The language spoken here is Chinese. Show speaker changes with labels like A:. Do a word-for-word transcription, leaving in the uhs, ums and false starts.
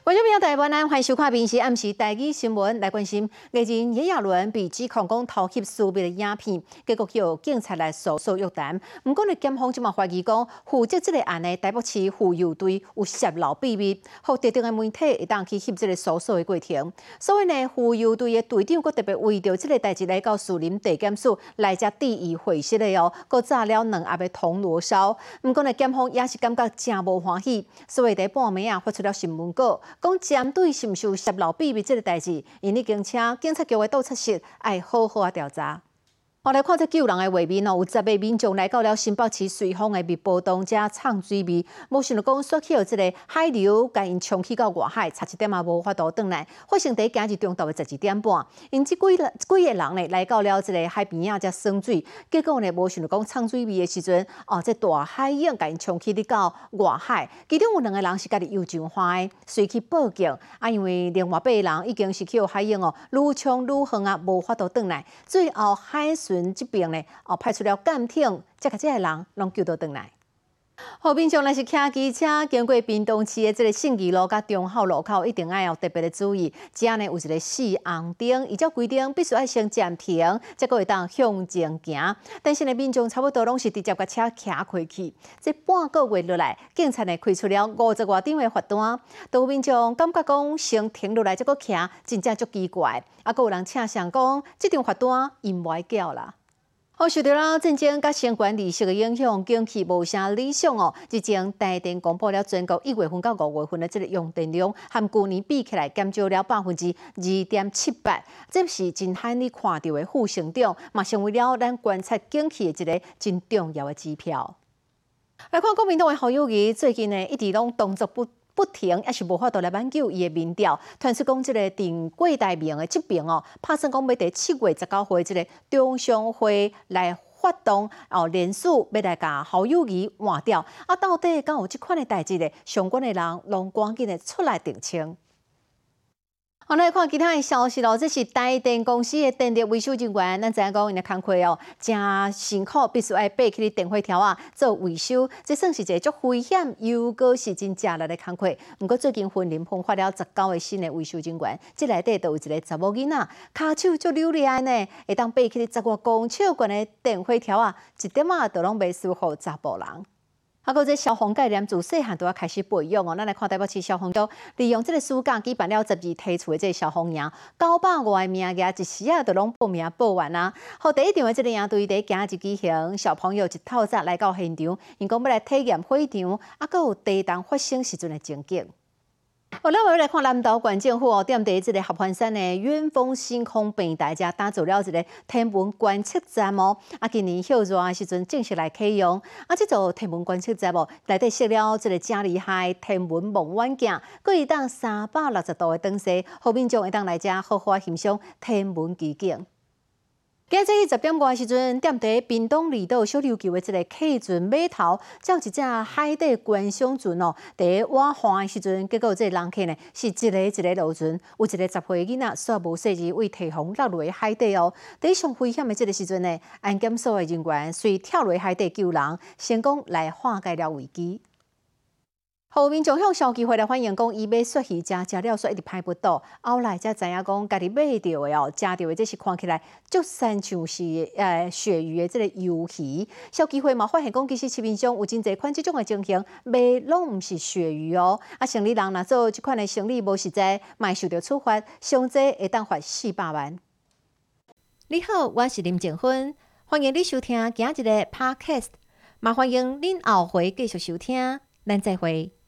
A: 观众朋友，大家晚安，欢迎收看《平时暗时台语新闻》来关心。艺人炎亚纶被指控讲偷翕私密的影片，结果由警察来诉诉约谈。不过呢，检方即嘛怀疑讲，负责这个案的台北市妇幼队有泄露秘密，互特定的媒体会当去翕这个诉讼的过程。所以呢，妇幼队的队长佫特别为着这个代志来到士林地检署来遮质疑会室的哦，佫炸了两盒的铜锣烧。不过呢，检方也是感觉真无欢喜，所以在半暝啊发出了新闻稿。讲针对是毋是有泄露秘密这个代志，因已经请警察局的督察室爱好好啊调查。我来看这救人的画面哦，有十个民众来到了新北市瑞丰的密报洞遮唱水味，无想到讲说起这个海流，甲因冲去到外海，差一点也无法度转来。发生在今日中昼的十二点半，因这几几个人呢来到了这个海边啊，遮耍水，结果呢无想到讲唱水味的时阵，哦，这大海涌甲因冲去哩到外海，其中有两个人是家己游上海，随去报警，啊，因为另外八个人已经是去海涌哦，愈冲愈远啊，无法度转来，最后海巡这边呢，哦派出了舰艇，才甲这个人拢救到转来。后面上若是骑机车经过屏东市的这个信义路甲中孝路口，一定要有特别的注意。遮呢有一个四红灯，依照规定必须要先暂停，才可会当向前行。但是呢，民众差不多拢是直接甲车骑开去。这半个月落来，警察呢开出了五十外张的罚单，都有民众感觉讲先停落来再搁骑，真正足奇怪。啊，佫有人请上讲，这张罚单因歪缴啦。好，受到了战争甲新冠疫情的影响，景气无啥理想哦。日前台电公布了全国一月份到五月份的这个用电量，和去年比起来减少了百分之二点七八，这是真罕你看到的负成长，嘛成为了咱观察景气的一个真重要的指标。来看国民党的侯友宜最近呢，一直拢动作不。不停，也是无法度来挽救伊的民调。传出讲，即个定郭台铭的这边哦，拍算讲要伫七月十九号即个中常会来发动哦，联署要来甲侯友宜换掉。啊，到底敢有即款的代志咧？相关的人拢赶紧的出来澄清。好，来看其他的消息咯。这是台电公司的电力维修人员，咱知影讲因的工课哦，真辛苦，必须要爬起电火条啊做维修，这算是一个足危险又个是真正力的工课。不过最近云林喷发了十九个新的维修人员，这内底都有一个查某囡仔，骹手足流利呢，会当爬起十外公尺悬的电火条啊，一点仔都拢袂输互查甫人。啊，个这消防概念自细汉都要开始培养哦。咱来看台北市消防局利用这个暑假举办了十二提出的这个消防营，九百外名额一时啊，就拢报名报完啊。好，第一场的这个营队伫今日举行，小朋友一透早来到现场，因讲要来体验火场，啊，佮有地动发生时阵的情景。好，咱要来看南投县政府哦，踮伫即个合欢山的远峰星空平台遮打造了一个天文观测站哦。啊，今年休热的时阵正式来启用。啊，这座天文观测站哦，内底设了这个真厉害天文望远镜，可以当三百六十度的灯视，后面将会当来遮好好欣赏天文奇景。今日十点外时阵，踮伫屏东离岛小琉球的这个客船码头，有一只海底观赏船哦。伫我看的时阵，结果这个人客呢是一个一个落船，有一个十岁囡仔煞无细字为提防落落海底哦。伫上危险的这个时阵呢，安检所的人员随跳落海底救人，成功来化解了危机。后民众向消基会来反映讲，伊买鳝鱼食食了，却一直歹不倒，后来才知影讲，家己买到的哦，食到的这是看起来足山像是呃鳕鱼的这个鱿鱼。消基会嘛发现讲，其实市面上有真侪款这种的情形，卖拢毋是鳕鱼哦。啊，生理人若做这款的生理无实在，卖受到处罚，上济会当罚四百万。你好，我是林静芬，欢迎你收听今日的 Podcast， 嘛欢迎恁后回继续收听，咱再会。